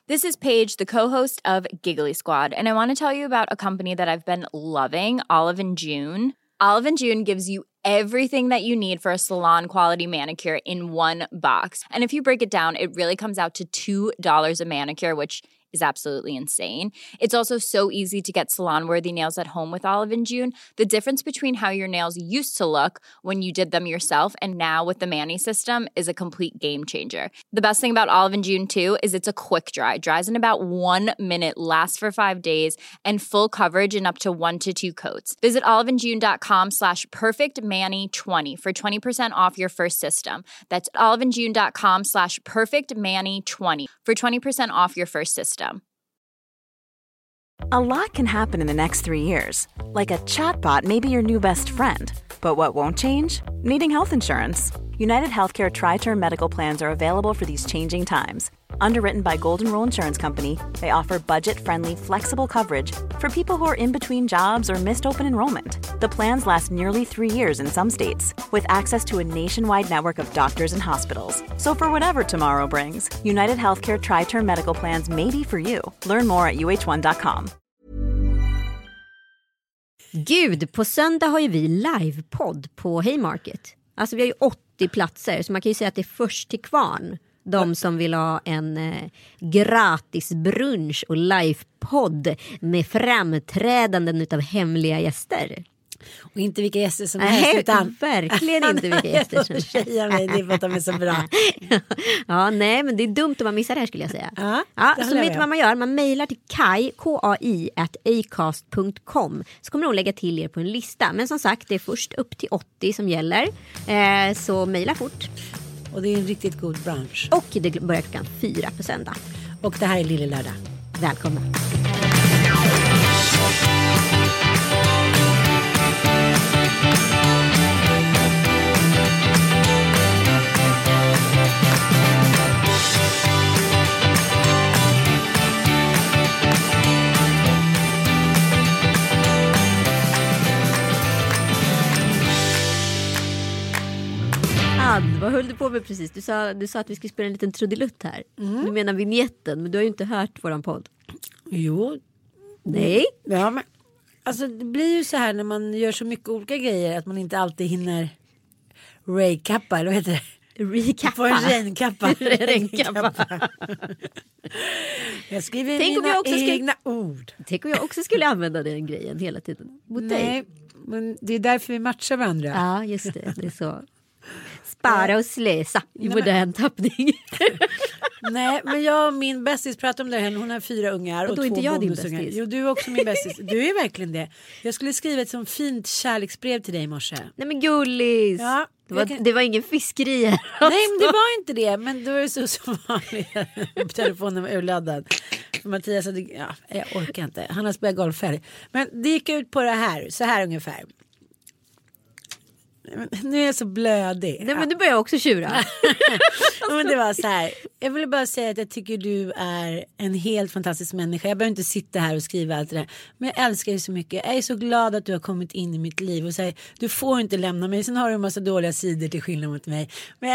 This is Paige, the co-host of Giggly Squad, and I want to tell you about a company that I've been loving, Olive & June. Olive & June gives you everything that you need for a salon-quality manicure in one box. And if you break it down, it really comes out to $2 a manicure, which is absolutely insane. It's also so easy to get salon-worthy nails at home with Olive & June. The difference between how your nails used to look when you did them yourself and now with the Mani system is a complete game changer. The best thing about Olive & June, too, is it's a quick dry. Dries in about 1 minute, lasts for 5 days, and full coverage in up to 1 to 2 coats. Visit oliveandjune.com/perfectmani20 for 20% off your first system. That's oliveandjune.com/perfectmani20 for 20% off your first system. A lot can happen in the next 3 years. Like a chatbot may be your new best friend. But what won't change? Needing health insurance. United Healthcare Tri-Term Medical Plans are available for these changing times. Underwritten by Golden Rule Insurance Company, they offer budget-friendly, flexible coverage for people who are in between jobs or missed open enrollment. The plans last nearly 3 years in some states, with access to a nationwide network of doctors and hospitals. So for whatever tomorrow brings, United Healthcare Tri-Term Medical Plans may be for you. Learn more at uh1.com. Gud, på söndag har ju vi livepodd på Haymarket. Alltså vi har ju 80 platser, så man kan ju säga att det är först till kvarn. De som vill ha en gratis brunch och livepodd med framträdanden utav hemliga gäster. Och inte vilka gäster som helst, utan verkligen inte vilka gäster som helst. Det är för att de är så bra. Ja, nej, men det är dumt om man missar det här, skulle jag säga. Ja, så vet vad man gör. Man mejlar till kai@acast.com, så kommer de lägga till er på en lista. Men som sagt, det är först upp till 80 som gäller. Så mejla fort. Och det är en riktigt god brunch. Och det börjar klockan 4 på söndag. Och det här är Lille Lördag. Välkomna. Vad höll du på med precis? Du sa att vi skulle spela en liten trudelutt här. Du menar vignetten, men du har ju inte hört våran podd. Jo. Nej. Ja, men alltså det blir ju så här när man gör så mycket olika grejer att man inte alltid hinner recappa, eller vad heter det? Recappa. På en regnkappa. Jag skriver mina egna ord. Tänk om jag också skulle använda den grejen hela tiden. Nej, men det är därför vi matchar varandra. Ja, just det. Det är så. Spara och slösa i modern tappning. Nej, men jag och min bästis pratar om det här. Hon har 4 ungar och 2 bonusungar. Jo, du är också min bästis. Du är verkligen det. Jag skulle skriva ett sånt fint kärleksbrev till dig i morse. Nej, men gullis. Ja, det var ingen fiskeri här. Nej, men det var inte det. Men då är det så som vanligt. Telefonen var urladdad. För Mattias hade, jag orkar inte. Han har spelat golffärg. Men det gick ut på det här. Så här ungefär. Nu är jag så blödig. Nej, men du börjar också tjura. Men det var så här. Jag ville bara säga att jag tycker du är en helt fantastisk människa. Jag behöver inte sitta här och skriva allt det där. Men jag älskar dig så mycket. Jag är så glad att du har kommit in i mitt liv. Och säger, du får inte lämna mig. Sen har du en massa dåliga sidor till skillnad mot mig.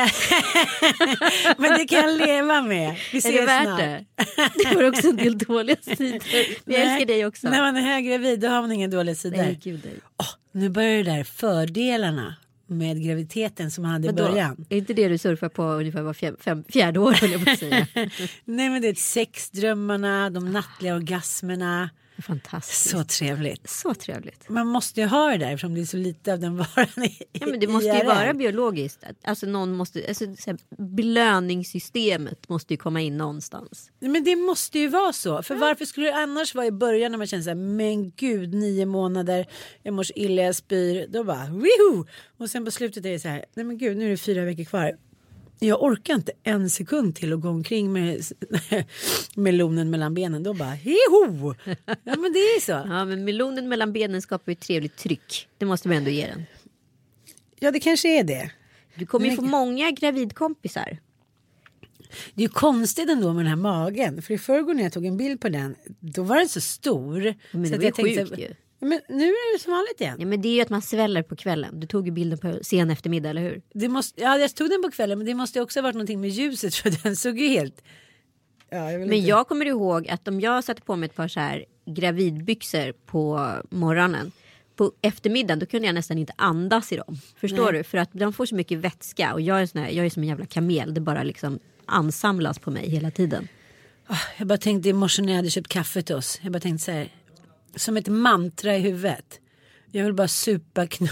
Men det kan jag leva med. Vi ses är det värt snart. Det? Det har också en del dåliga sidor. Men jag älskar dig också. När man är höggravid då har man inga dåliga sidor. Nej, gud, nej. Nu börjar det där fördelarna med graviditeten som man hade i början. Är inte det du surfar på ungefär var fjärde år, vill jag bara säga? Nej, men det är sexdrömmarna, de nattliga orgasmerna. Fantastiskt. Så trevligt. Så trevligt. Man måste ju ha det där eftersom det är så lite av den varan i. Ja, men det måste ju vara biologiskt. Alltså någon måste, alltså belöningssystemet måste ju komma in någonstans. Men det måste ju vara så. För varför skulle det annars vara i början när man känner så här, men gud, 9 månader, jag mår så illa, jag spyr. Då bara, wiho! Och sen på slutet är det så här, nej men gud, nu är det 4 veckor kvar. Jag orkar inte en sekund till att gå omkring med melonen mellan benen. Då bara, hiho! Ja, men det är så. Ja, men melonen mellan benen skapar ju ett trevligt tryck. Det måste man ändå ge den. Ja, det kanske är det. Du kommer ju få många gravidkompisar. Det är ju konstigt ändå med den här magen. För i förrgår när jag tog en bild på den, då var den så stor. Men så det att var jag ju tänkte, sjukt ju. Men nu är det som vanligt igen. Ja, men det är ju att man sväller på kvällen. Du tog ju bilden på sen eftermiddag, eller hur? Ja, jag tog den på kvällen, men det måste också ha varit någonting med ljuset, för den såg ju helt Men jag kommer ihåg att om jag satte på mig ett par så här gravidbyxor på morgonen, på eftermiddagen, då kunde jag nästan inte andas i dem. Förstår du? För att de får så mycket vätska och jag är som en jävla kamel. Det bara liksom ansamlas på mig hela tiden. Jag bara tänkte i morse när jag hade köpt kaffe till oss. Jag bara tänkte så här, som ett mantra i huvudet. Jag vill bara supa, knulla.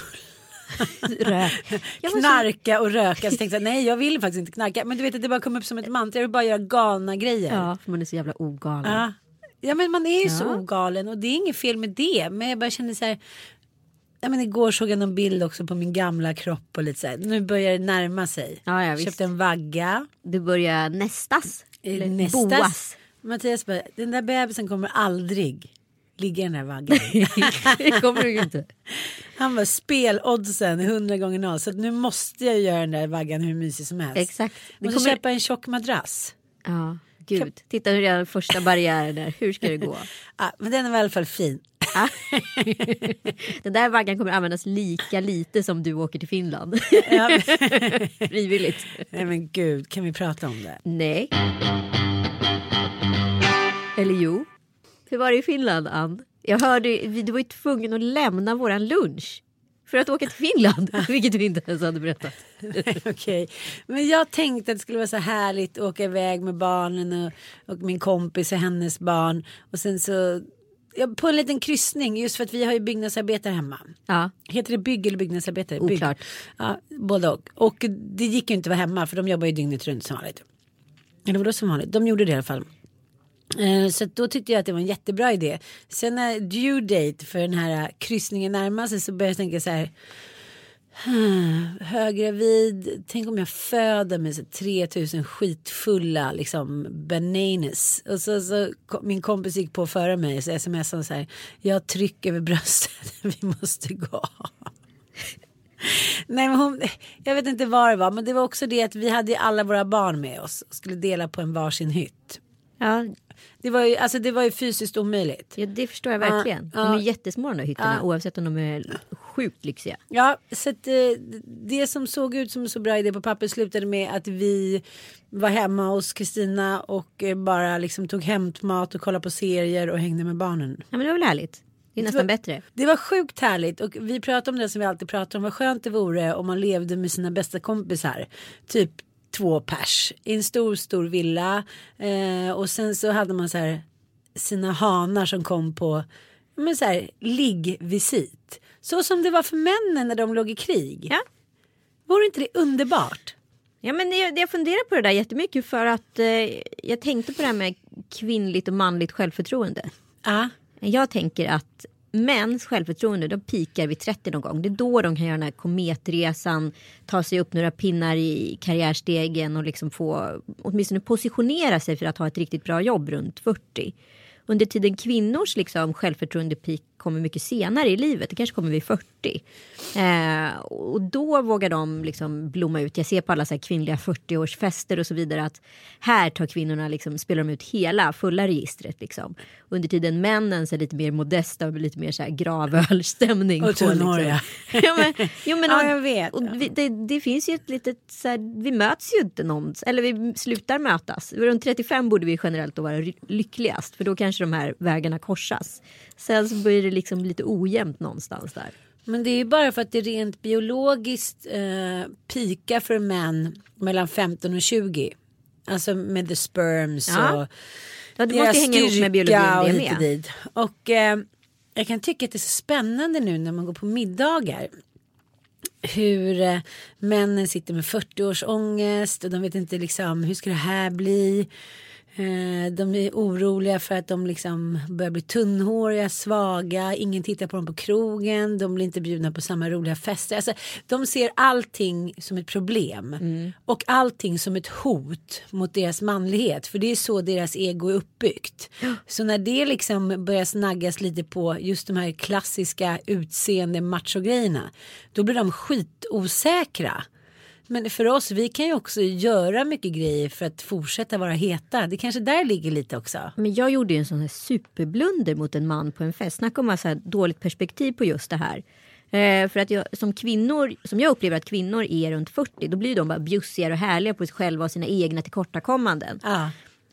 Knarka och röka. Så tänkte jag, nej jag vill faktiskt inte knarka. Men du vet att det bara kom upp som ett mantra. Jag vill bara göra galna grejer. Ja, för man är så jävla ogalen. Ja men man är ju så ogalen. Och det är inget fel med det. Men jag bara kände så här. Ja, men igår såg jag någon bild också på min gamla kropp. Och lite så här. Nu börjar det närma sig. Ja, köpte en vagga. Du börjar nästas. Boas. Mattias bara, den där bebisen kommer aldrig ligga i den här vaggan. Det kommer du inte. Han var speloddsen 100 gånger 0. Så nu måste jag göra den där vaggan hur mysig som helst. Exakt. Du måste köpa en tjock madrass. Ja, gud. Titta hur det är första barriären där. Hur ska det gå? Ja, men den är i alla fall fin. Den där vaggan kommer användas lika lite som du åker till Finland. Frivilligt. Nej men gud, kan vi prata om det? Nej. Eller jo. Hur var det i Finland, Ann? Jag hörde, du var ju tvungen att lämna våran lunch för att åka till Finland, vilket du inte ens hade berättat. Okej. Men jag tänkte att det skulle vara så härligt att åka iväg med barnen och min kompis och hennes barn. Och sen så, på en liten kryssning, just för att vi har ju byggnadsarbetare hemma. Ja. Heter det bygg eller byggnadsarbetare? Oklart. Ja, både och det gick ju inte att vara hemma för de jobbar ju dygnet runt som vanligt. Eller vadå som vanligt? De gjorde det i alla fall. Så då tyckte jag att det var en jättebra idé. Sen när due date för den här kryssningen närmar sig så började jag tänka så här. Höggravid, tänk om jag föder med 3000 skitfulla liksom bananas. Och så min kompis gick på före mig så smsade så här. Jag trycker över bröstet, vi måste gå. Nej men jag vet inte vad det var, men det var också det att vi hade alla våra barn med oss och skulle dela på en varsin hytt. Ja. Det var ju fysiskt omöjligt. Ja, det förstår jag verkligen. De är jättesmå de där hytterna, oavsett om de är sjukt lyxiga. Ja, så att det som såg ut som en så bra idé på papper slutade med att vi var hemma hos Kristina och bara liksom tog hämtmat och kollade på serier och hängde med barnen. Ja, men det var väl härligt. Det är nästan bättre. Det var sjukt härligt och vi pratade om det som vi alltid pratar om. Vad skönt det vore om man levde med sina bästa kompisar. Typ 2 pers i en stor villa och sen så hade man så här sina hanar som kom på så här liggvisit. Så som det var för männen när de låg i krig. Ja. Vore inte det underbart? Ja, men jag funderar på det där jättemycket för att jag tänkte på det här med kvinnligt och manligt självförtroende. Ja. Jag tänker att mäns självförtroende, de pikar vid 30 någon gång. Det är då de kan göra den här kometresan, ta sig upp några pinnar i karriärstegen och liksom få åtminstone positionera sig för att ha ett riktigt bra jobb runt 40. Under tiden kvinnors liksom självförtroende peak kommer mycket senare i livet. Det kanske kommer vid 40. Och då vågar de liksom blomma ut. Jag ser på alla så här kvinnliga 40-årsfester och så vidare att här tar kvinnorna liksom, spelar de ut hela fulla registret liksom. Under tiden männen så är lite mer modesta och lite mer så här gravölstämning. Och tonåriga. Liksom. Ja, jag vet. Och det finns ju ett litet så här, vi möts ju inte någon, eller vi slutar mötas. Runt 35 borde vi generellt då vara lyckligast, för då kanske de här vägarna korsas. Sen så blir det liksom lite ojämnt någonstans där. Men det är ju bara för att det rent biologiskt pika för män mellan 15 och 20. Alltså med the sperms och det måste hänga ihop med biologin det med. Och jag kan tycka att det är så spännande nu när man går på middagar. Hur männen sitter med 40-årsångest och de vet inte liksom hur ska det här bli. De är oroliga för att de liksom börjar bli tunnhåriga, svaga. Ingen tittar på dem på krogen. De blir inte bjudna på samma roliga fester. Alltså, de ser allting som ett problem. Och allting som ett hot mot deras manlighet. För det är så deras ego är uppbyggt. Så när det liksom börjar snaggas lite på just de här klassiska utseende macho-grejerna, då blir de skitosäkra. Men för oss, vi kan ju också göra mycket grejer för att fortsätta vara heta. Det kanske där ligger lite också. Men jag gjorde ju en sån här superblunder mot en man på en fest. Snacka om så här dåligt perspektiv på just det här. För att som jag upplever att kvinnor är runt 40, då blir de bara bjussigare och härliga på sig själva och sina egna tillkortakommanden.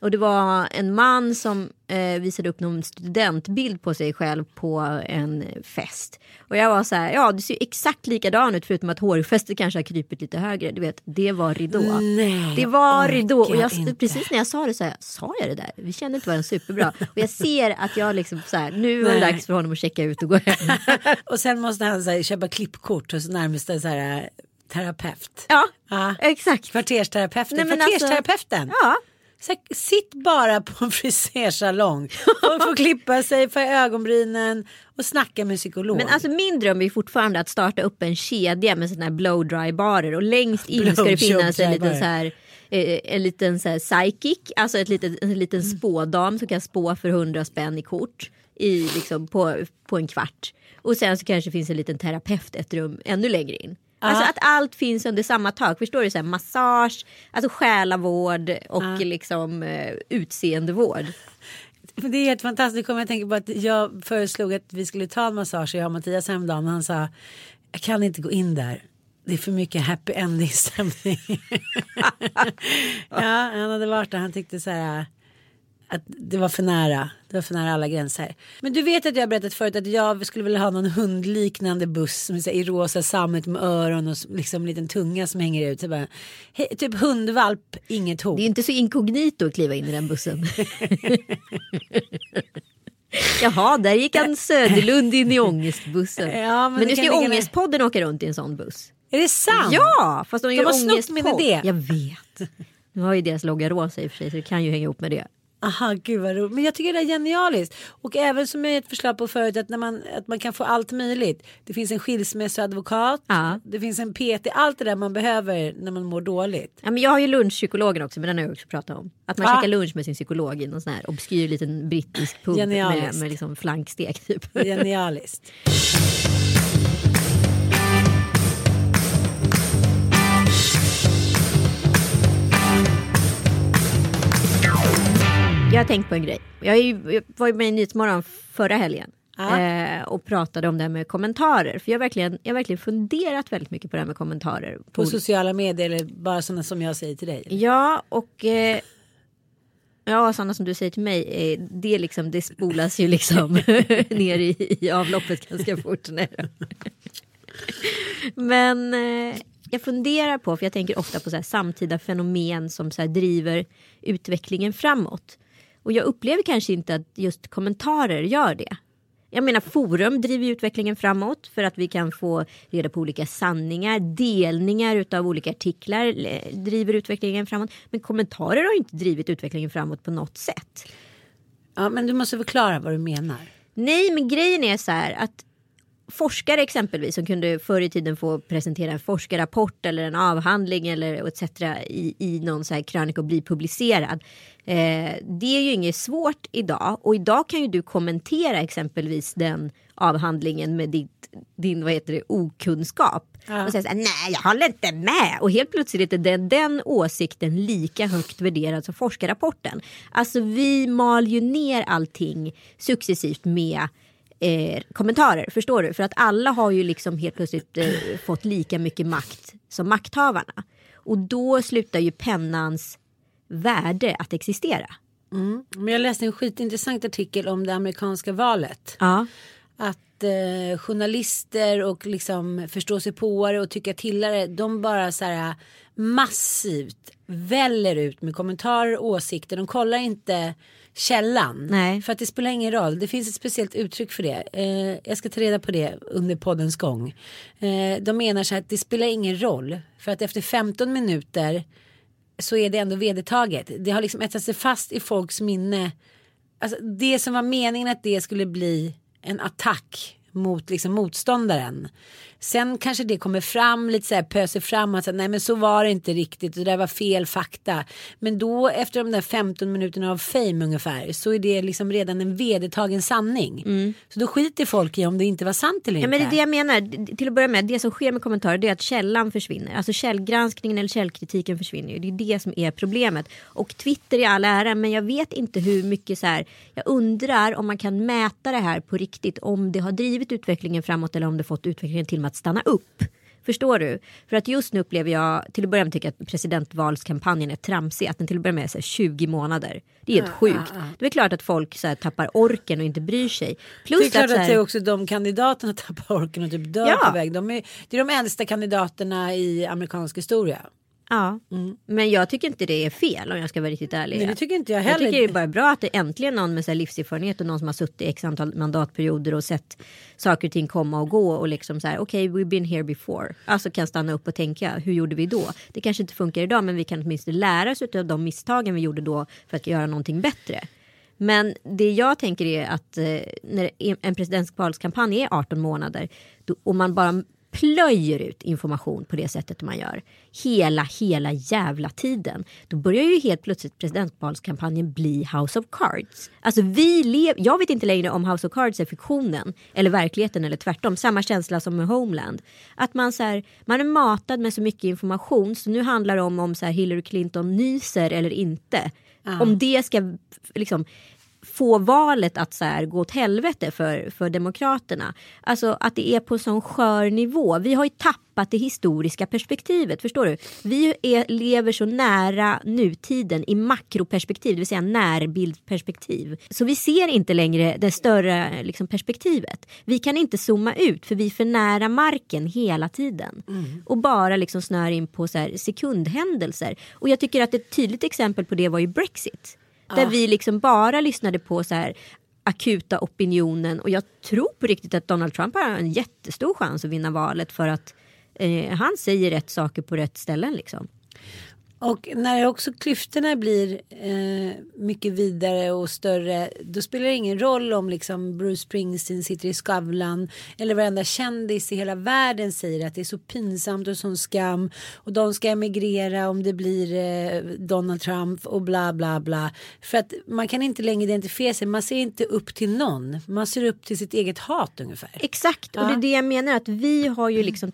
Och det var en man som visade upp någon studentbild på sig själv på en fest. Och jag var så här, ja det ser exakt likadan ut förutom att hårfästet kanske har krypit lite högre. Du vet, det var ridå. Nej, det var ridå. Och precis när jag sa det så här, sa jag det där? Vi kände inte varandra superbra. Och jag ser att jag liksom så här, nu var det dags för honom att checka ut och gå hem. Och sen måste han så här, köpa klippkort hos närmaste så här, terapeut. Ja, exakt. Kvartersterapeuten. Nej, men Kvartersterapeuten. Alltså, ja. Så sitt bara på en frisersalong och få klippa sig för ögonbrynen och snacka med psykolog. Men alltså min dröm är fortfarande att starta upp en kedja med sådana här blow dry barer och längst in ska det finnas en liten så här en liten så här psychic, alltså en liten spådam som kan spå för 100 spänn i kort i liksom på en kvart. Och sen så kanske finns en liten terapeut ett rum ännu längre in. Alltså att allt finns under samma tak. Förstår du? Så här, massage, alltså själavård och liksom utseendevård. Det är helt fantastiskt. Jag tänker på att jag föreslog att vi skulle ta en massage. Jag och Mattias häromdagen. Han sa, jag kan inte gå in där. Det är för mycket happy ending-stämning. Ja, han hade varit där. Han tyckte så här att det var för nära. Det var för nära alla gränser. Men du vet att jag har berättat förut att jag skulle vilja ha någon hundliknande buss som är så här, i rosa sammet med öron och liksom en liten tunga som hänger ut. Så bara, typ hundvalp, inget hot. Det är inte så inkognito att kliva in i den bussen. Jaha, där gick han Söderlund in i ångestbussen. Ja, men nu ska ju Ångestpodden åka runt i en sån buss. Är det sant? Ja, fast de har snott min idé. Jag vet. Nu har ju deras logga rosa i och för sig så det kan ju hänga ihop med det. Aha, gud vad roligt. Men jag tycker det är genialiskt. Och även som jag ett förslag på förut att man kan få allt möjligt. Det finns en skilsmässoadvokat. Det finns en PT. Allt det där man behöver när man mår dåligt. Ja, men jag har ju lunchpsykologen också, men den har jag också pratat om. Att man käkar lunch med sin psykolog i någon sån här obskyr liten brittisk pub med liksom flankstek typ. Genialiskt. Jag har tänkt på en grej. Jag var ju med i Nyhetsmorgon förra helgen och pratade om det här med kommentarer. För jag har verkligen funderat väldigt mycket på det här med kommentarer. På sociala medier eller bara sådana som jag säger till dig? Ja, och sådana som du säger till mig, det spolas ju liksom ner i avloppet ganska fort. Men jag funderar på, för jag tänker ofta på så här samtida fenomen som så här driver utvecklingen framåt. Och jag upplever kanske inte att just kommentarer gör det. Jag menar, forum driver utvecklingen framåt för att vi kan få reda på olika sanningar. Delningar utav olika artiklar driver utvecklingen framåt. Men kommentarer har ju inte drivit utvecklingen framåt på något sätt. Ja, men du måste förklara vad du menar. Nej, men grejen är så här att forskare exempelvis som kunde förr i tiden få presentera en forskarrapport eller en avhandling eller etc. i någon så här krönika och bli publicerad. Det är ju inget svårt idag, och idag kan ju du kommentera exempelvis den avhandlingen med din okunskap. Och säga så här, nej jag håller inte med, och helt plötsligt är den åsikten lika högt värderad som forskarrapporten. Alltså vi mal ju ner allting successivt med kommentarer, förstår du? För att alla har ju liksom helt plötsligt fått lika mycket makt som makthavarna. Och då slutar ju pennans värde att existera. Men jag läste en skitintressant artikel om det amerikanska valet. Ja. Att journalister och liksom förståsigpåare och tycka-tillare, de bara så här massivt väller ut med kommentarer och åsikter. De kollar inte källan. Nej. För att det spelar ingen roll. Det finns ett speciellt uttryck för det. Jag ska ta reda på det under poddens gång. De menar så här att det spelar ingen roll. För att efter 15 minuter så är det ändå vedertaget. Det har liksom etsat sig fast i folks minne. Alltså det som var meningen att det skulle bli en attack mot liksom motståndaren. Sen kanske det kommer fram lite så här, pöser fram att nej men så var det inte riktigt, det där var fel fakta. Men då efter de där 15 minuterna av fame ungefär så är det liksom redan en vedertagen sanning. Så då skiter folk i om det inte var sant eller inte. Ja, men det är det jag menar. Till att börja med, det som sker med kommentarer, det är att källan försvinner. Alltså källgranskningen eller källkritiken försvinner ju. Det är det som är problemet. Och Twitter är all ära, men jag vet inte hur mycket så här, jag undrar om man kan mäta det här på riktigt, om det har drivit utvecklingen framåt eller om det fått utvecklingen till med att stanna upp. Förstår du? För att just nu upplever jag, till att börja med tycker att presidentvalskampanjen är tramsig. Att den till att börja med är så här 20 månader. Det är helt sjukt. Det är klart att folk så här tappar orken och inte bryr sig. Plus det är klart så här, att det är också de kandidaterna tappar orken och typ dör på väg. Det är de äldsta kandidaterna i amerikansk historia. Ja, men jag tycker inte det är fel om jag ska vara riktigt ärlig. Nej, det tycker inte jag heller. Jag tycker det är bara bra att det äntligen någon med så här livserfarenhet och någon som har suttit i x antal mandatperioder och sett saker och ting komma och gå och liksom så här, okej, we've been here before. Alltså kan stanna upp och tänka, hur gjorde vi då? Det kanske inte funkar idag, men vi kan åtminstone lära oss av de misstagen vi gjorde då för att göra någonting bättre. Men det jag tänker är att när en presidentvalskampanj är 18 månader och man bara plöjer ut information på det sättet man gör hela jävla tiden, då börjar ju helt plötsligt presidentvalskampanjen bli House of Cards. Alltså jag vet inte längre om House of Cards är fiktionen eller verkligheten eller tvärtom, samma känsla som med Homeland. Att man är matad med så mycket information, så nu handlar det om så här, Hillary Clinton nyser eller inte. Om det ska liksom få valet att så här gå åt helvete för demokraterna. Alltså att det är på sån skör nivå. Vi har ju tappat det historiska perspektivet, förstår du? Vi lever så nära nutiden i makroperspektiv, det vill säga närbildperspektiv. Så vi ser inte längre det större liksom, perspektivet. Vi kan inte zooma ut för vi är för nära marken hela tiden. Och bara liksom snör in på så här sekundhändelser. Och jag tycker att ett tydligt exempel på det var ju Brexit. Där vi liksom bara lyssnade på så här akuta opinionen. Och jag tror på riktigt att Donald Trump har en jättestor chans att vinna valet. För att han säger rätt saker på rätt ställen liksom. Och när också klyftorna blir mycket vidare och större, då spelar det ingen roll om liksom Bruce Springsteen sitter i Skavlan eller varenda kändis i hela världen säger att det är så pinsamt och sån skam och de ska emigrera om det blir Donald Trump och bla bla bla. För att man kan inte längre identifiera sig, man ser inte upp till någon, man ser upp till sitt eget hat ungefär. Exakt, och det är det jag menar, att vi har ju liksom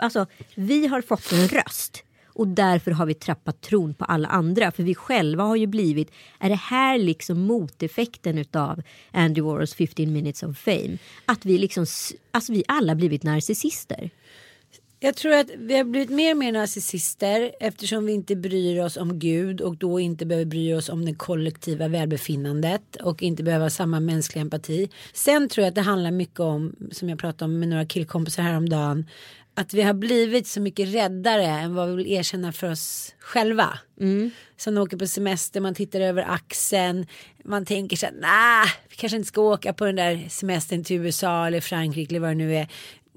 vi har fått en röst. Och därför har vi trappat tron på alla andra. För vi själva har ju blivit, är det här liksom moteffekten utav Andy Warhols 15 minutes of fame? Att vi liksom, alltså vi alla blivit narcissister. Jag tror att vi har blivit mer och mer narcissister eftersom vi inte bryr oss om Gud och då inte behöver bry oss om det kollektiva välbefinnandet och inte behöver ha samma mänskliga empati. Sen tror jag att det handlar mycket om, som jag pratade om med några killkompisar häromdagen, att vi har blivit så mycket räddare än vad vi vill erkänna för oss själva. Sen åker på semester, man tittar över axeln, man tänker så här, vi kanske inte ska åka på den där semestern till USA eller Frankrike eller vad det nu är.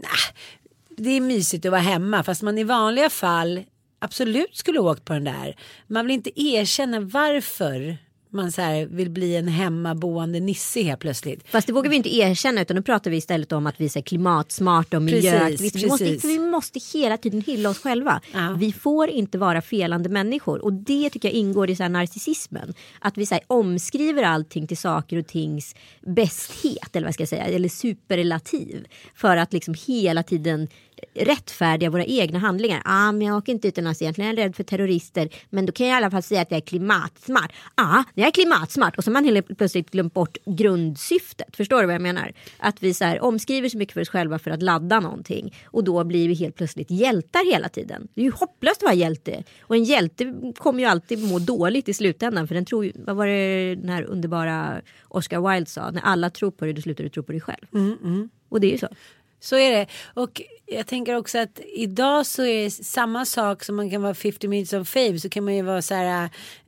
Det är mysigt att vara hemma, fast man i vanliga fall absolut skulle ha åkt på den där. Man vill inte erkänna varför man så här vill bli en hemmaboende nisse helt plötsligt. Fast det vågar vi inte erkänna, utan nu pratar vi istället om att vi är klimatsmarta och miljöaktivister. Vi måste hela tiden hylla oss själva. Ja. Vi får inte vara felande människor, och det tycker jag ingår i så här narcissismen. Att vi så här omskriver allting till saker och tings bästhet, eller vad ska jag säga, eller superrelativ, för att liksom hela tiden rättfärdiga våra egna handlingar. Men jag åker inte utomlands egentligen, jag är rädd för terrorister, men då kan jag i alla fall säga att jag är klimatsmart. Jag är klimatsmart, och så har man helt plötsligt glömt bort grundsyftet. Förstår du vad jag menar? Att vi så här omskriver så mycket för oss själva för att ladda någonting, och då blir vi helt plötsligt hjältar hela tiden. Det är ju hopplöst att vara hjälte, och en hjälte kommer ju alltid må dåligt i slutändan, för den tror ju, vad var det den här underbara Oscar Wilde sa, när alla tror på dig, då slutar du tro på dig själv. Och det är ju så. Så är det. Och jag tänker också att idag så är det samma sak som man kan vara 50 minutes of fame, så kan man ju vara så här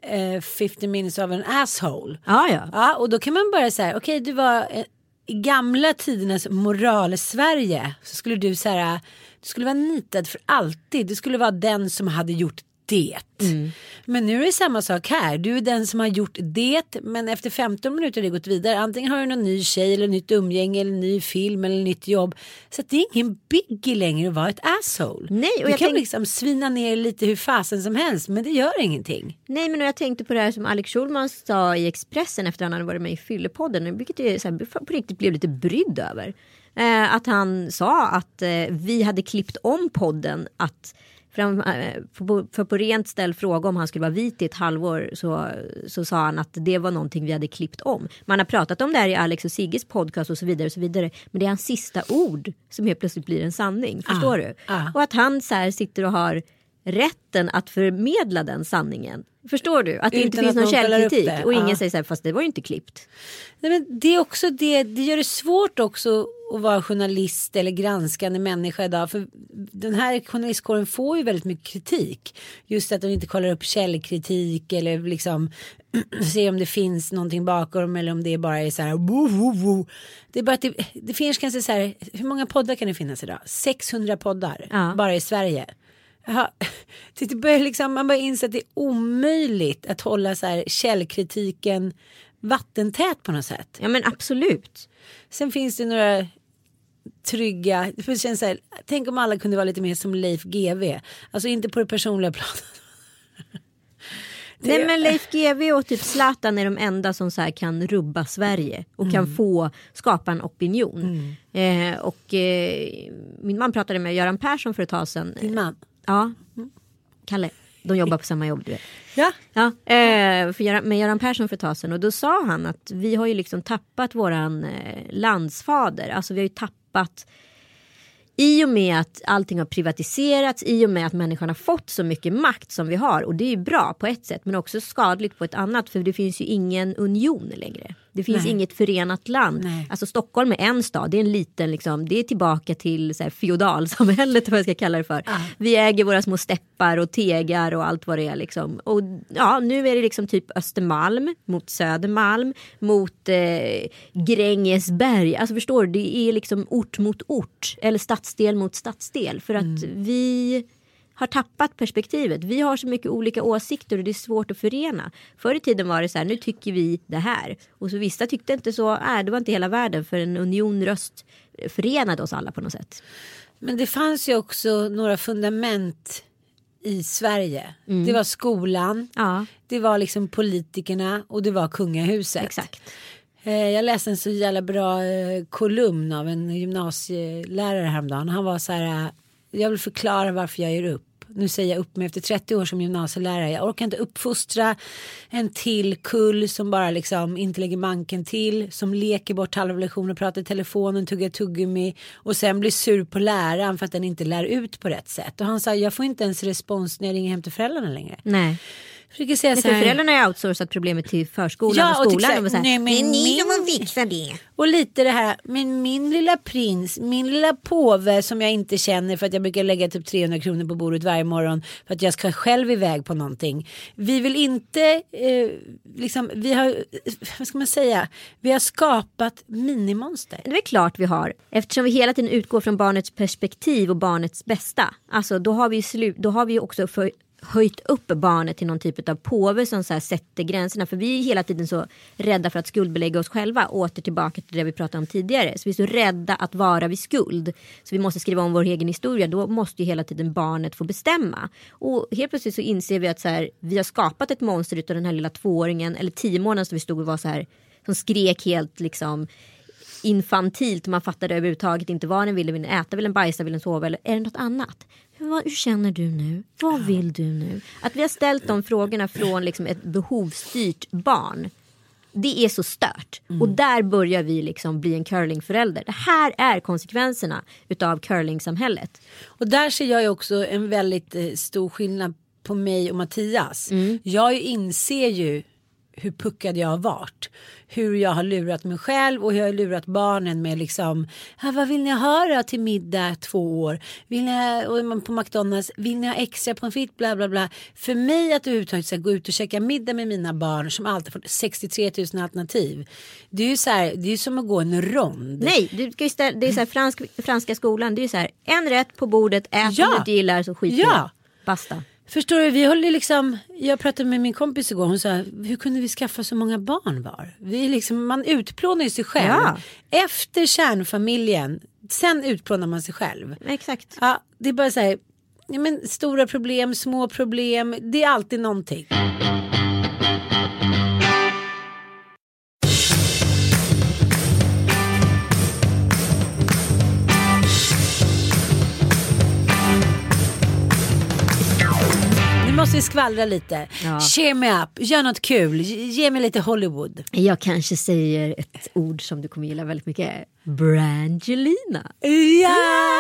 50 minutes of an asshole. Ja, och då kan man bara säga, okej, du var i gamla tidernas moral-Sverige, så skulle du så här, du skulle vara nitad för alltid. Du skulle vara den som hade gjort det. Men nu är det samma sak här. Du är den som har gjort det, men efter 15 minuter har det gått vidare. Antingen har du någon ny tjej eller nytt umgänge eller ny film eller nytt jobb. Så att det är ingen biggie längre att vara ett asshole. Nej, och du kan liksom svina ner lite hur fasen som helst, men det gör ingenting. Nej, men jag tänkte på det här som Alex Schulman sa i Expressen efter att han hade varit med i Fyllepodden, vilket jag så här, på riktigt blev lite brydd över. Att han sa att vi hade klippt om podden, att För på rent ställ fråga om han skulle vara vit i ett halvår så sa han att det var någonting vi hade klippt om. Man har pratat om det här i Alex och Sigges podcast och så vidare och så vidare. Men det är hans sista ord som helt plötsligt blir en sanning. Förstår du? Och att han så här sitter och har rätten att förmedla den sanningen. Förstår du? Att det inte finns någon källkritik. Och ingen säger så här, fast det var ju inte klippt. Nej, men det är också det gör det svårt också att vara journalist eller granskande människa idag. För den här journalistkåren får ju väldigt mycket kritik. Just att de inte kollar upp källkritik eller liksom se om det finns någonting bakom eller om det bara är så här woo. Det är bara att det finns kanske så här, hur många poddar kan det finnas idag? 600 poddar bara i Sverige. Det börjar liksom, man börjar inse att det är omöjligt att hålla så här källkritiken vattentät på något sätt. Ja, men absolut. Sen finns det några trygga, det känns så här, tänk om alla kunde vara lite mer som Leif GW. Alltså inte på det personliga planet. Nej, men Leif GW och typ Zlatan är de enda som så här kan rubba Sverige och kan skapa en opinion. Min man pratade med Göran Persson för ett tag sedan. Din man? Ja, Kalle. De jobbar på samma jobb, du vet. Ja. Med Göran Persson för ett tag sedan. Och då sa han att vi har ju liksom tappat våran landsfader. Alltså vi har ju tappat, i och med att allting har privatiserats, i och med att människan har fått så mycket makt som vi har. Och det är ju bra på ett sätt, men också skadligt på ett annat. För det finns ju ingen union längre. Det finns inget förenat land. Nej. Alltså Stockholm är en stad. Det är en liten liksom, det är tillbaka till så här feodalsamhället, vad jag ska kalla det för. Vi äger våra små steppar och tegar och allt vad det är liksom. Och ja, nu är det liksom typ Östermalm mot Södermalm mot Grängesberg. Alltså förstår du, det är liksom ort mot ort eller stadsdel mot stadsdel. För att vi har tappat perspektivet. Vi har så mycket olika åsikter och det är svårt att förena. Förr i tiden var det så här, nu tycker vi det här. Och så vissa tyckte inte så, det var inte hela världen, för en unionröst förenade oss alla på något sätt. Men det fanns ju också några fundament i Sverige. Det var skolan, det var liksom politikerna och det var kungahuset. Exakt. Jag läste en så jävla bra kolumn av en gymnasielärare häromdagen. Han var så här, jag vill förklara varför jag ger upp. Nu säger jag upp mig efter 30 år som gymnasielärare. Jag orkar inte uppfostra en till kull som bara liksom inte lägger manken till. Som leker bort halva lektionen, pratar i telefonen, tuggar tuggummi. Och sen blir sur på läraren för att den inte lär ut på rätt sätt. Och han sa, jag får inte ens respons när jag ringer hem till föräldrarna längre. Nej. Säga så här, för föräldrarna har outsourcat problemet till förskolan och skolan. Och så här, nej, men ni som fixar det. Och lite det här, men min lilla prins, min lilla påve som jag inte känner för att jag brukar lägga typ 300 kronor på bordet varje morgon för att jag ska själv iväg på någonting. Vi vill inte, liksom, vi har, vad ska man säga, vi har skapat minimonster. Det är klart vi har, eftersom vi hela tiden utgår från barnets perspektiv och barnets bästa. Alltså då har vi också höjt upp barnet till någon typ av påve som så här sätter gränserna. För vi är hela tiden så rädda för att skuldbelägga oss själva. Åter tillbaka till det vi pratade om tidigare. Så vi är så rädda att vara vid skuld. Så vi måste skriva om vår egen historia. Då måste ju hela tiden barnet få bestämma. Och helt plötsligt så inser vi att så här, vi har skapat ett monster utav den här lilla 2-åringen. Eller 10 månader som vi stod och var så här, som skrek helt liksom infantilt. Man fattade överhuvudtaget inte vad den ville. Vill den äta, vill den bajsa, vill den sova eller är det något annat? Hur känner du nu? Vad vill du nu? Att vi har ställt de frågorna från liksom ett behovsstyrt barn. Det är så stört. Och där börjar vi liksom bli en curlingförälder. Det här är konsekvenserna utav curlingsamhället. Och där ser jag ju också en väldigt stor skillnad på mig och Mattias. Jag inser ju hur puckad jag har varit. Hur jag har lurat mig själv och hur jag har lurat barnen med liksom, vad vill ni höra till middag 2 år? Vill ni, och på McDonalds, vill ni ha extra på en fit, bla bla bla. För mig att överhuvudtaget ska gå ut och käka middag med mina barn som alltid fått 63 000 alternativ. Det är ju så här, det är som att gå en rond. Nej, det är så här franska skolan, det är så här, en rätt på bordet, ät om du inte gillar så skit basta. Förstår du, vi höll liksom, jag pratade med min kompis igår, hon sa, hur kunde vi skaffa så många barn var? Vi liksom, man utplånar ju sig själv. Ja. Efter kärnfamiljen, sen utplånar man sig själv. Exakt. Ja, det är bara så här, ja, men stora problem, små problem, det är alltid någonting. måste vi skvallra lite. Cheer me up, gör något kul, ge mig lite Hollywood. Jag kanske säger ett ord som du kommer gilla väldigt mycket. Brangelina. Ja!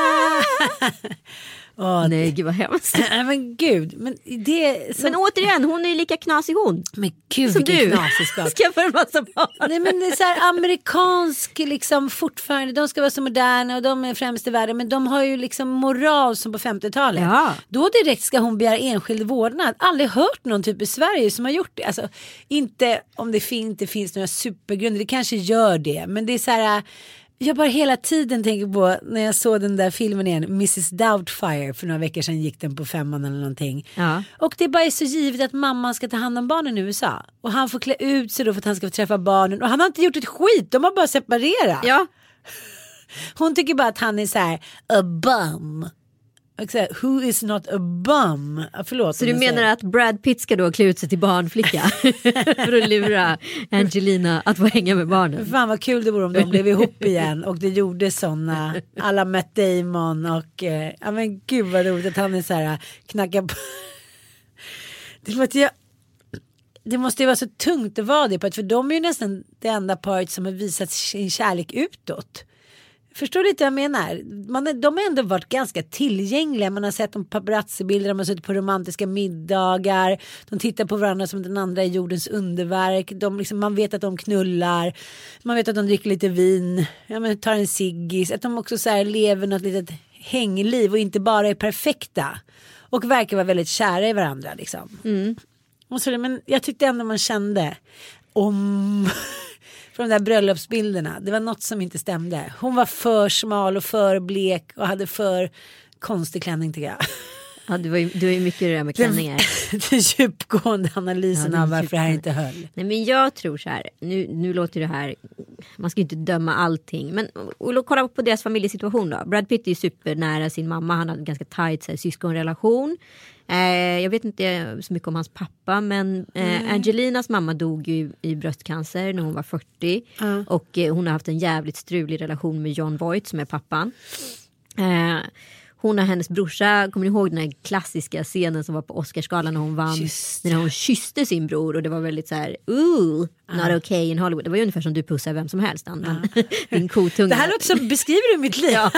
Nej, gud vad hemskt. Men gud, men det som... Men återigen, hon är ju lika knasig hon. Men gud, som vilken du. knasig Skaffar en massa barn. Nej, men det är så här amerikansk liksom fortfarande, de ska vara så moderna och de är främst i världen, men de har ju liksom moral som på 50-talet. Ja. Då direkt ska hon begära enskild vårdnad. Aldrig hört någon typ i Sverige som har gjort det. Alltså, inte om det inte finns några supergrunder, det kanske gör det, men det är så här. Jag bara hela tiden tänker på när jag såg den där filmen igen, Mrs. Doubtfire, för några veckor sedan gick den på 5:an eller någonting. Ja. Och det bara är så givet att mamman ska ta hand om barnen i USA. Och han får klä ut sig då för att han ska få träffa barnen. Och han har inte gjort ett skit, de har bara separerat. Ja. Hon tycker bara att han är så här, a bum. Who is not a bum? Förlåt. Så du menar att Brad Pitt ska då klä ut sig till barnflicka för att lura Angelina att få hänga med barnen? Fan vad kul det vore om de blev ihop igen och det gjorde sådana alla Matt Damon och ja men gud vad roligt att han är så här knackar på. Det måste ju vara så tungt att vara det på, för de är ju nästan det enda paret som har visat sin kärlek utåt. Förstår du inte vad jag menar? De har ändå varit ganska tillgängliga. Man har sett de paparazzi-bilder, de har suttit på romantiska middagar. De tittar på varandra som den andra är jordens underverk. Man vet att de knullar. Man vet att de dricker lite vin. Ja, men tar en ciggis. Att de också så här lever något litet hängliv och inte bara är perfekta. Och verkar vara väldigt kära i varandra liksom. Och så, men jag tyckte ändå man kände från de där bröllopsbilderna. Det var något som inte stämde. Hon var för smal och för blek och hade för konstig klänning tycker jag. Ja, det var ju mycket det där med klänningar. Den djupgående analysen av varför det här inte höll. Nej, men jag tror så här. Nu låter det här. Man ska ju inte döma allting. Men och kolla på deras familjesituation då. Brad Pitt är ju supernära sin mamma. Han har en ganska tajt så här, syskonrelation. Jag vet inte så mycket om hans pappa, men Angelinas mamma dog ju i bröstcancer när hon var 40 och hon har haft en jävligt strulig relation med Jon Voight som är pappan. Hon och hennes brorsa, kommer ni ihåg den här klassiska scenen som var på Oscarsgalan när hon vann, när hon kysste sin bror och det var väldigt så här, not okay in Hollywood. Det var ju ungefär som du pussar vem som helst, din kotunga. Det här låter som, beskriver du mitt liv? Ja.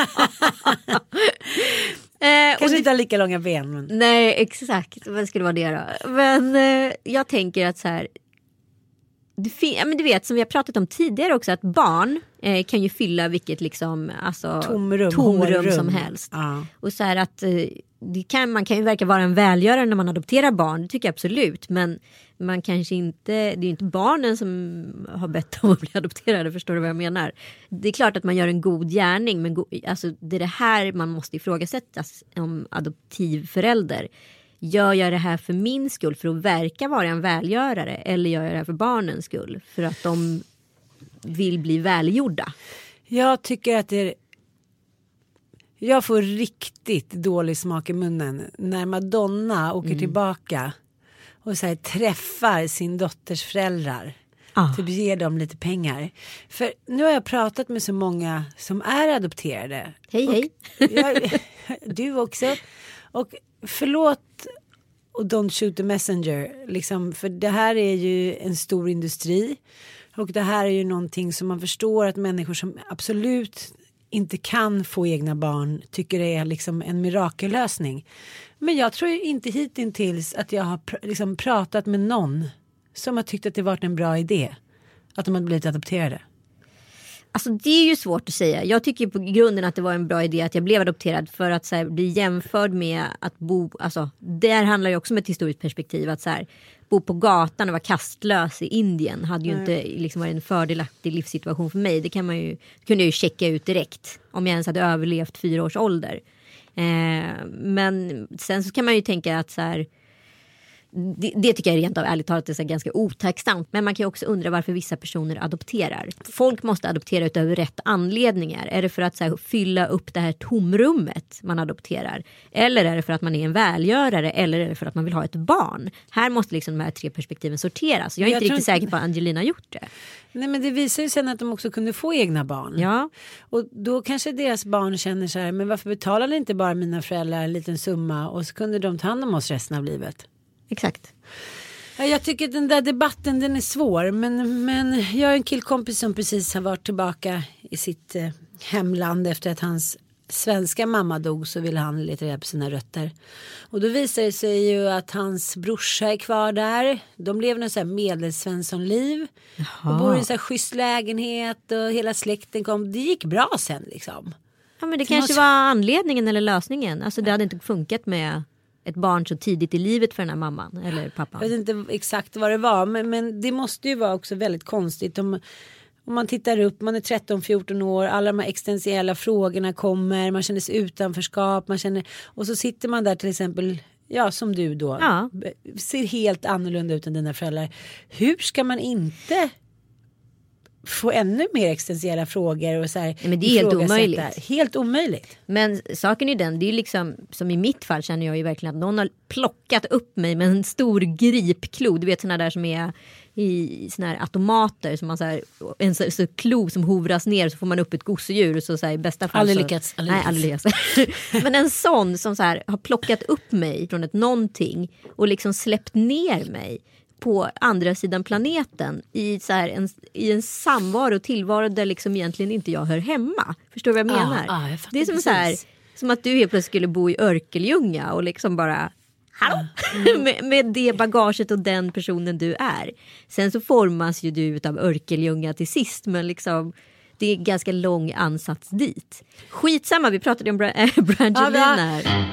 Kanske inte har lika långa ben. Men... Nej, exakt. Vad skulle vara det då? Men jag tänker att så här, men du vet som vi har pratat om tidigare också, att barn kan ju fylla vilket liksom alltså, tomrum som helst. Och så här att man kan ju verka vara en välgörare när man adopterar barn, det tycker jag absolut, men man kanske inte, det är ju inte barnen som har bett om att bli adopterade, förstår du vad jag menar? Det är klart att man gör en god gärning, men alltså, det är det här man måste ifrågasätta om adoptivförälder. Gör jag det här för min skull för att verka vara en välgörare, eller gör jag det här för barnens skull för att de vill bli välgjorda? Jag tycker att jag får riktigt dålig smak i munnen när Madonna åker tillbaka och så här, träffar sin dotters föräldrar. Typ ger dem lite pengar. För nu har jag pratat med så många som är adopterade. Hej. Du också. Och förlåt och don't shoot the messenger. Liksom, för det här är ju en stor industri. Och det här är ju någonting som man förstår att människor som absolut inte kan få egna barn tycker det är liksom en mirakellösning. Men jag tror inte hittills att jag har liksom pratat med någon som har tyckt att det varit en bra idé att de hade blivit adopterade. Alltså det är ju svårt att säga. Jag tycker på grunden att det var en bra idé att jag blev adopterad för att så här, bli jämförd med att bo, alltså där handlar ju också om ett historiskt perspektiv att så här, bo på gatan och vara kastlös i Indien hade ju inte liksom varit en fördelaktig livssituation för mig. Det kunde jag ju checka ut direkt om jag ens hade överlevt 4 års ålder. Men sen så kan man ju tänka att så här, det tycker jag rent av ärligt talat är så ganska otacksamt. Men man kan ju också undra varför vissa personer adopterar. Folk måste adoptera utöver rätt anledningar. Är det för att så här, fylla upp det här tomrummet man adopterar? Eller är det för att man är en välgörare? Eller är det för att man vill ha ett barn? Här måste liksom de här 3 perspektiven sorteras. Jag är inte riktigt säker på att Angelina har gjort det. Nej, men det visar ju sen att de också kunde få egna barn. Ja. Och då kanske deras barn känner så här, men varför betalade inte bara mina föräldrar en liten summa och så kunde de ta hand om oss resten av livet? exakt. Jag tycker att den där debatten den är svår. Men jag har en killkompis som precis har varit tillbaka i sitt hemland efter att hans svenska mamma dog, så ville han leta reda på sina rötter. Och då visar det sig ju att hans brorsa är kvar där. De lever en sån här medelsvenssonliv. Och bor i en sån här schysst lägenhet och hela släkten kom. Det gick bra sen liksom. Ja, men det kanske var anledningen eller lösningen. Alltså det hade inte funkat med ett barn så tidigt i livet för den här mamman eller pappan. Jag vet inte exakt vad det var, men det måste ju vara också väldigt konstigt om man tittar upp, man är 13-14 år, alla de här existentiella frågorna kommer, man känner sig utanförskap, och så sitter man där till exempel, ja som du då, ser helt annorlunda ut än dina föräldrar. Hur ska man inte få ännu mer existentiella frågor och så här? Men det är helt omöjligt. Helt omöjligt. Men saken är den, det är liksom som i mitt fall känner jag ju verkligen att någon har plockat upp mig med en stor gripklo. Du vet såna där som är i såna här automater som man så här, en så klo som hovras ner så får man upp ett gosedjur och så här, i bästa fall aldrig så, lyckats. Nej, aldrig lyckats. Men en sån som så här har plockat upp mig från ett någonting och liksom släppt ner mig på andra sidan planeten i så här i en samvaro och tillvaro där liksom egentligen inte jag hör hemma. Förstår du vad jag menar? Jag det är som så här, som att du helt plötsligt skulle bo i Örkelljunga och liksom bara hallå? med det bagaget och den personen du är. Sen så formas ju du av Örkelljunga till sist, men liksom det är ganska lång ansats dit. Skitsamma, vi pratade om Brangelina här.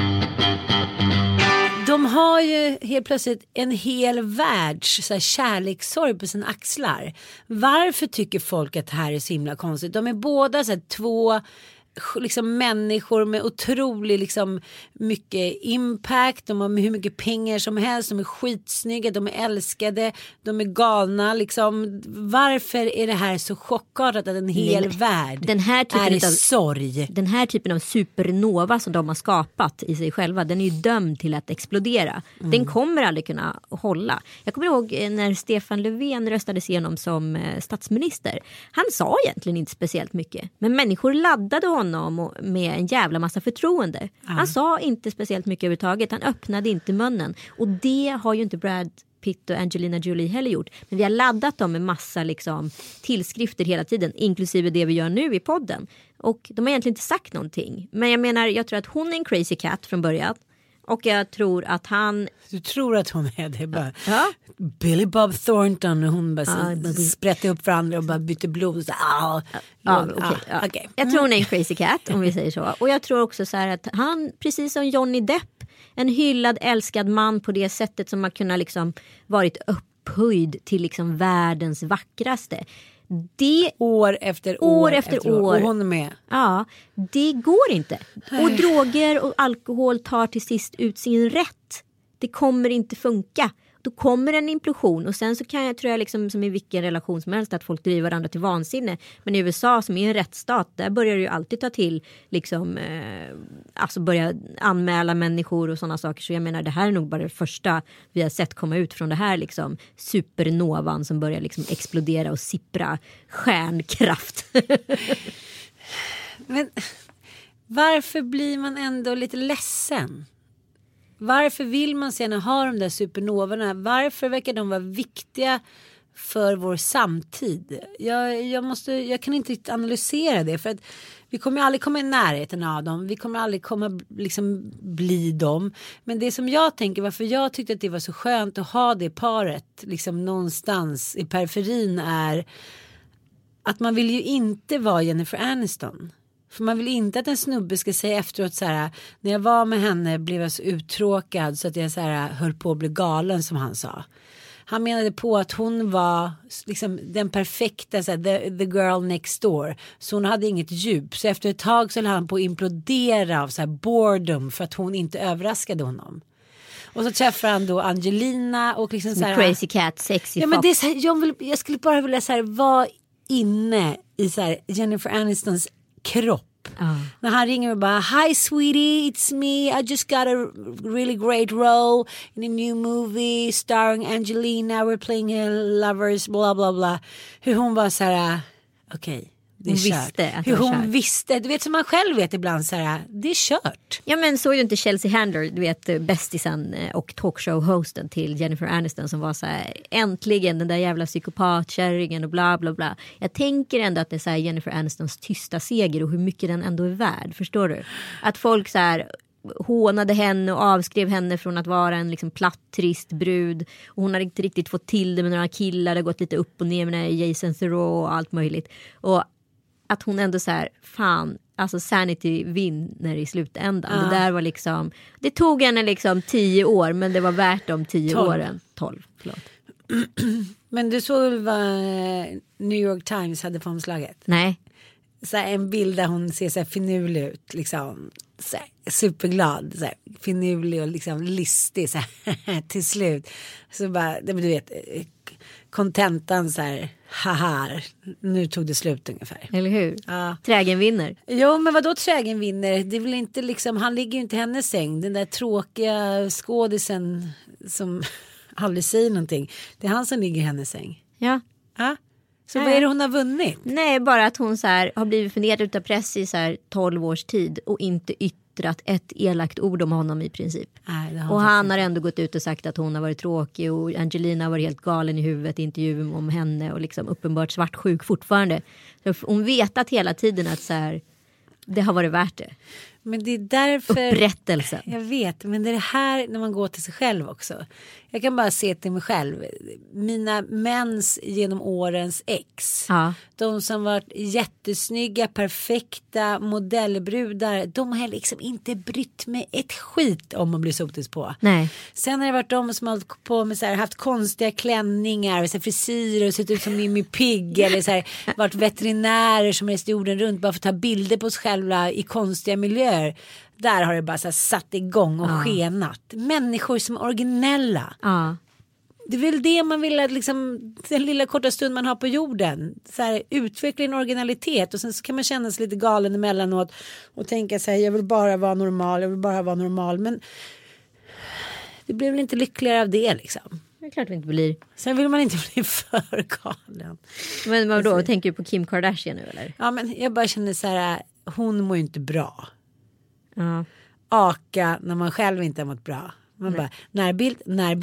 De har ju helt plötsligt en hel världs så här, kärlekssorg på sina axlar. Varför tycker folk att det här är så himla konstigt? De är båda så här, två liksom människor med otroligt liksom mycket impact, de har hur mycket pengar som helst, de är skitsnygga, de är älskade, de är galna liksom. Varför är det här så chockartat att en hel värld den här typen är i sorg? Den här typen av supernova som de har skapat i sig själva, den är ju dömd till att explodera. Den kommer aldrig kunna hålla. Jag kommer ihåg när Stefan Löfven röstades igenom som statsminister. Han sa egentligen inte speciellt mycket, men människor laddade honom med en jävla massa förtroende. Han sa inte speciellt mycket överhuvudtaget. Han öppnade inte munnen. Och det har ju inte Brad Pitt och Angelina Jolie heller gjort. Men vi har laddat dem med massa liksom, tillskrifter hela tiden. Inklusive det vi gör nu i podden. Och de har egentligen inte sagt någonting. Men jag tror att hon är en crazy cat från början. Och jag tror att han... Du tror att hon är det? Bara, Billy Bob Thornton och hon bara sprätte upp för andra och bara bytte blod. Så, okay. Jag tror hon är en crazy cat om vi säger så. Och jag tror också så här att han, precis som Johnny Depp, en hyllad, älskad man på det sättet som har kunnat liksom varit upphöjd till liksom världens vackraste. Det år efter år och hon är med. Ja, det går inte. Och droger och alkohol tar till sist ut sin rätt. Det kommer inte funka. Då kommer en implosion och sen så tror jag liksom som i vilken relation som helst att folk driver varandra till vansinne. Men i USA som är en rättsstat, där börjar det ju alltid ta till liksom alltså börja anmäla människor och sådana saker. Så jag menar, det här är nog bara det första vi har sett komma ut från det här liksom supernovan som börjar liksom explodera och sippra stjärnkraft. Men varför blir man ändå lite ledsen? Varför vill man gärna ha de där supernovorna? Varför verkar de vara viktiga för vår samtid? Jag kan inte analysera det, för att vi kommer aldrig komma i närheten av dem. Vi kommer aldrig komma liksom bli dem. Men det som jag tänker, varför jag tyckte att det var så skönt att ha det paret liksom någonstans i periferin, är att man vill ju inte vara Jennifer Aniston. För man vill inte att en snubbe ska säga efteråt så här: när jag var med henne blev jag så uttråkad så att jag så här höll på att bli galen, som han sa. Han menade på att hon var liksom den perfekta så här, the girl next door. Så hon hade inget djup. Så efter ett tag så höll han på att implodera av så här boredom för att hon inte överraskade honom. Och så träffar han då Angelina och liksom så här, crazy cat, sexy men det är så här, jag skulle bara vilja så här, vara inne i så här Jennifer Anistons kropp. När han ringer och bara: hi sweetie, it's me, I just got a really great role in a new movie starring Angelina, we're playing lovers, bla bla bla. Hur hon var så här: okej, det är kört. Hur hon visste, du vet som man själv vet ibland så här, det är kört. Ja men såg du inte Chelsea Handler, du vet bästisen och talkshow-hosten till Jennifer Aniston som var så här, äntligen den där jävla psykopatkärringen och bla bla bla. Jag tänker ändå att det är så här Jennifer Anistons tysta seger och hur mycket den ändå är värd, förstår du? Att folk så här hånade henne och avskrev henne från att vara en liksom platt, trist brud. Och hon har inte riktigt fått till det med några killar. Det har gått lite upp och ner med Jason Theroux och allt möjligt. Och att hon ändå så här, fan, alltså sanity vinner i slutändan. Det där var liksom, det tog henne liksom 10 år, men det var värt de 10 åren. 12, förlåt. Men du såg vad New York Times hade på omslaget? Nej. Så här, en bild där hon ser så här finurlig ut, liksom så här, superglad, så här, finurlig och liksom listig så här, till slut. Så bara, du vet, kontentan så här, haha, nu tog det slut ungefär. Eller hur? Ja. Trägen vinner. Jo, men vadå trägen vinner? Det är väl inte liksom, han ligger ju inte i hennes säng. Den där tråkiga skådisen som aldrig säger någonting. Det är han som ligger i hennes säng. Ja. Ja. Så vad är det hon har vunnit? Nej, bara att hon så här, har blivit förnedrad utav press i så här 12 års tid och inte yttrat ett elakt ord om honom i princip. Nej, och han har ändå gått ut och sagt att hon har varit tråkig och Angelina har varit helt galen i huvudet i intervjun om henne och liksom uppenbart svartsjuk fortfarande. Så hon vet att hela tiden att så här, det har varit värt det. Men det är därför... Upprättelsen. Jag vet, men det är det här när man går till sig själv också. Jag kan bara se till mig själv. Mina mäns genom årens ex. Ja. De som varit jättesnygga, perfekta modellbrudar. De har liksom inte brytt mig ett skit om att bli sotis på. Nej. Sen har det varit de som har hållit på med så här, haft konstiga klänningar. Så här, frisyrer och sett ut som Mimmi Pigg. Eller så här, varit veterinärer som rest jorden runt bara för att ta bilder på sig själva i konstiga miljöer. Där har det bara så här satt igång och skenat. Människor som är originella. Det är väl det man vill att liksom, den lilla korta stund man har på jorden. Så här, utveckla en originalitet. Och sen så kan man känna sig lite galen emellanåt. Och tänka så här, jag vill bara vara normal. Men det blir väl inte lyckligare av det liksom. Det är klart vi inte blir. Sen vill man inte bli för galen. Men vad då? Tänker du på Kim Kardashian nu eller? Ja, men jag bara känner så här, hon mår ju inte bra. Aka när man själv inte har mått bra. Man bara, närbild,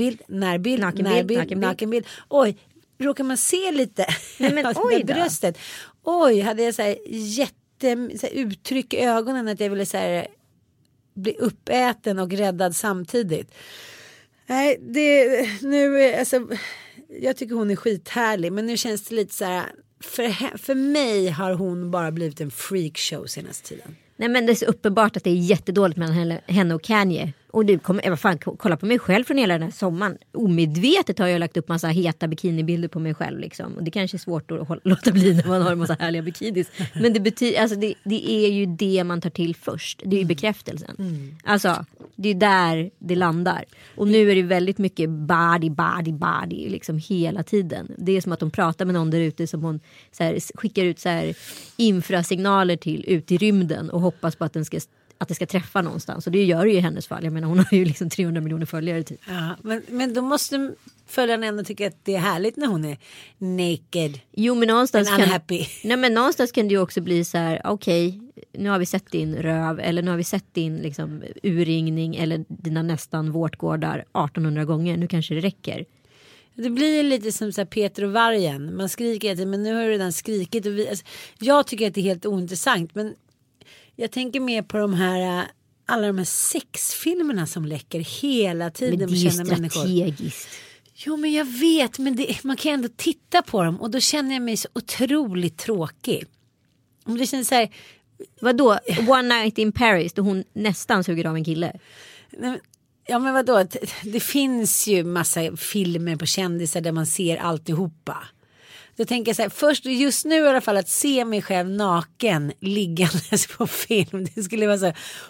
nakenbild. Oj, råkar man se lite bröstet. Oj, hade jag så här så här uttryck i ögonen att jag ville så här bli uppäten och räddad samtidigt. Nej, alltså, jag tycker hon är skithärlig, men nu känns det lite så här, för mig har hon bara blivit en freakshow senaste tiden. Nej, men det är så uppenbart att det är jättedåligt mellan henne och Kanye. Och du kommer, vad fan, kolla på mig själv från hela den här sommaren. Omedvetet har jag lagt upp massa heta bikinibilder på mig själv liksom. Och det kanske är svårt att låta bli när man har en massa härliga bikinis. Men det betyder, alltså det är ju det man tar till först. Det är ju bekräftelsen. Alltså, det är där det landar. Och nu är det väldigt mycket body liksom hela tiden. Det är som att de pratar med någon där ute som hon så här, skickar ut så här infrasignaler till ut i rymden och hoppas på att det ska träffa någonstans. Och det gör det ju i hennes fall. Jag menar, hon har ju liksom 300 miljoner följare typ. Ja, men då måste följarna ändå tycka att det är härligt när hon är naked. Jo, men någonstans någonstans kan det ju också bli så här, okej, nu har vi sett din röv eller nu har vi sett din liksom urringning eller dina nästan vårtgårdar 1800 gånger. Nu kanske det räcker. Det blir lite som så här Peter och vargen. Man skriker, men nu har du redan skrikit. Och jag tycker att det är helt ointressant, men jag tänker mer på alla de här sexfilmerna som läcker hela tiden. Men det är ju strategiskt. Jo, men jag vet, men man kan ändå titta på dem och då känner jag mig så otroligt tråkig. Om det känns så här, vadå? One Night in Paris då hon nästan suger av en kille. Ja, men vadå? Det finns ju massa filmer på kändisar där man ser alltihopa. Då tänker jag så här, först just nu i alla fall att se mig själv naken liggandes på film, det skulle vara så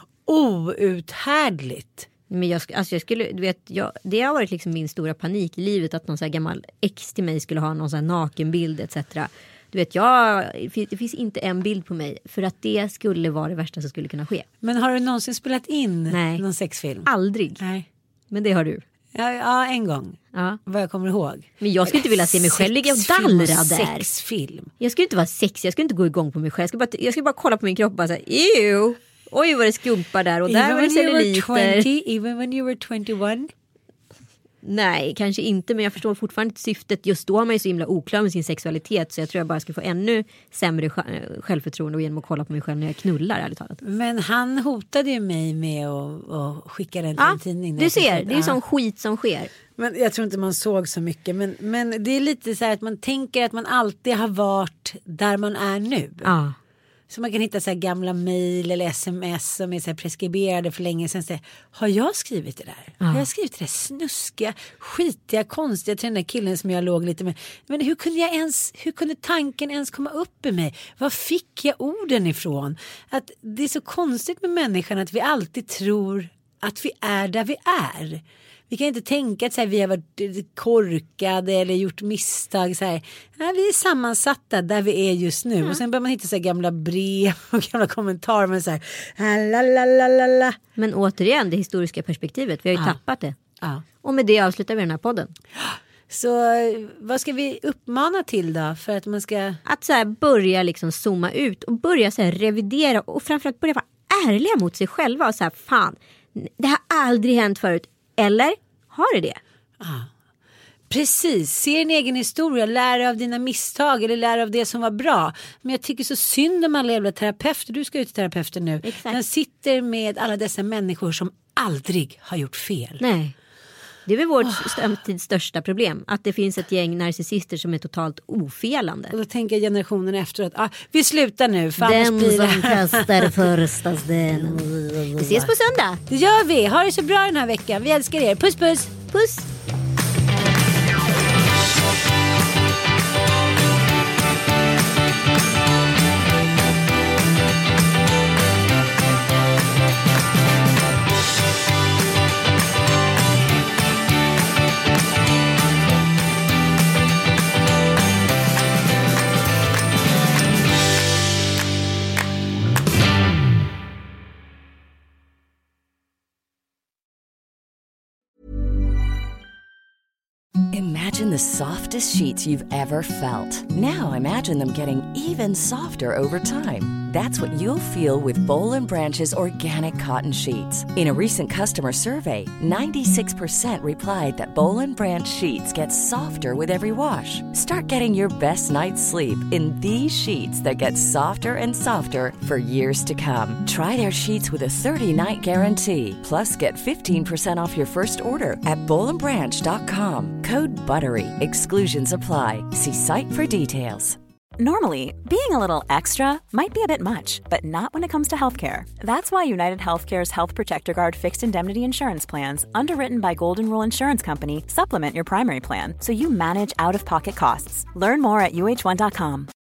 outhärdligt. Men jag skulle, du vet, det har varit liksom min stora panik i livet att någon så här gammal ex till mig skulle ha någon så här nakenbild etc. Du vet, det finns inte en bild på mig för att det skulle vara det värsta som skulle kunna ske. Men har du någonsin spelat in någon sexfilm? Aldrig. Nej. Men det har du. Ja, en gång. Ja. Vad jag kommer ihåg. Men jag skulle inte vilja se mig själv ligga och dallra där. Sexfilm. Jag skulle inte vara sexig, jag skulle inte gå igång på mig själv. Jag skulle bara kolla på min kropp och bara säga, ew. Oj vad det skumpar där och där var det celluliter. Even when you were 21? Nej, kanske inte, men jag förstår fortfarande inte syftet. Just då har man ju så himla oklar med sin sexualitet, så jag tror jag bara skulle få ännu sämre självförtroende genom att kolla på mig själv när jag knullar, ärligt talat. Men han hotade ju mig med att skicka den till en tidning. Du ser, det är ju sån skit som sker. Men jag tror inte man såg så mycket. Men det är lite så här att man tänker att man alltid har varit där man är nu. Ja. Så man kan hitta så här gamla mejl eller sms som är så här preskriberade för länge sedan. Så här, har jag skrivit det där? Ja. Har jag skrivit det där snuskiga, skitiga, konstiga till den där killen som jag låg lite med? Men hur kunde tanken ens komma upp i mig? Var fick jag orden ifrån? Att det är så konstigt med människan att vi alltid tror att vi är där vi är. Vi kan inte tänka att så här, vi har varit korkade eller gjort misstag. Så här. Nej, vi är sammansatta där vi är just nu. Och sen börjar man hitta så här gamla brev och gamla kommentarer. Men, så här, men återigen, det historiska perspektivet. Vi har ju tappat det. Ja. Och med det avslutar vi den här podden. Så vad ska vi uppmana till då? För att man ska... Att så här, börja liksom zooma ut och börja så här, revidera. Och framförallt börja vara ärliga mot sig själva. Och så här, fan, det har aldrig hänt förut. Eller har det? Precis, se din egen historia, lär av dina misstag eller lär av det som var bra. Men jag tycker så synd om alla jävla terapeuter. Du ska ut till terapeuten nu. Exakt. Den sitter med alla dessa människor som aldrig har gjort fel. Nej. Det är väl vårt tids största problem. Att det finns ett gäng narcissister som är totalt ofelande. Och då tänker generationen efteråt, vi slutar nu. För Den blir det... som kastar första stenen. Vi ses på söndag. Det gör vi. Ha det så bra den här veckan. Vi älskar er. Puss puss. Puss. Imagine the softest sheets you've ever felt. Now imagine them getting even softer over time. That's what you'll feel with Boll & Branch's organic cotton sheets. In a recent customer survey, 96% replied that Boll & Branch sheets get softer with every wash. Start getting your best night's sleep in these sheets that get softer and softer for years to come. Try their sheets with a 30-night guarantee. Plus, get 15% off your first order at BollandBranch.com. Code BUTTERY. Exclusions apply. See site for details. Normally, being a little extra might be a bit much, but not when it comes to healthcare. That's why United Healthcare's Health Protector Guard fixed indemnity insurance plans, underwritten by Golden Rule Insurance Company, supplement your primary plan so you manage out-of-pocket costs. Learn more at UH1.com.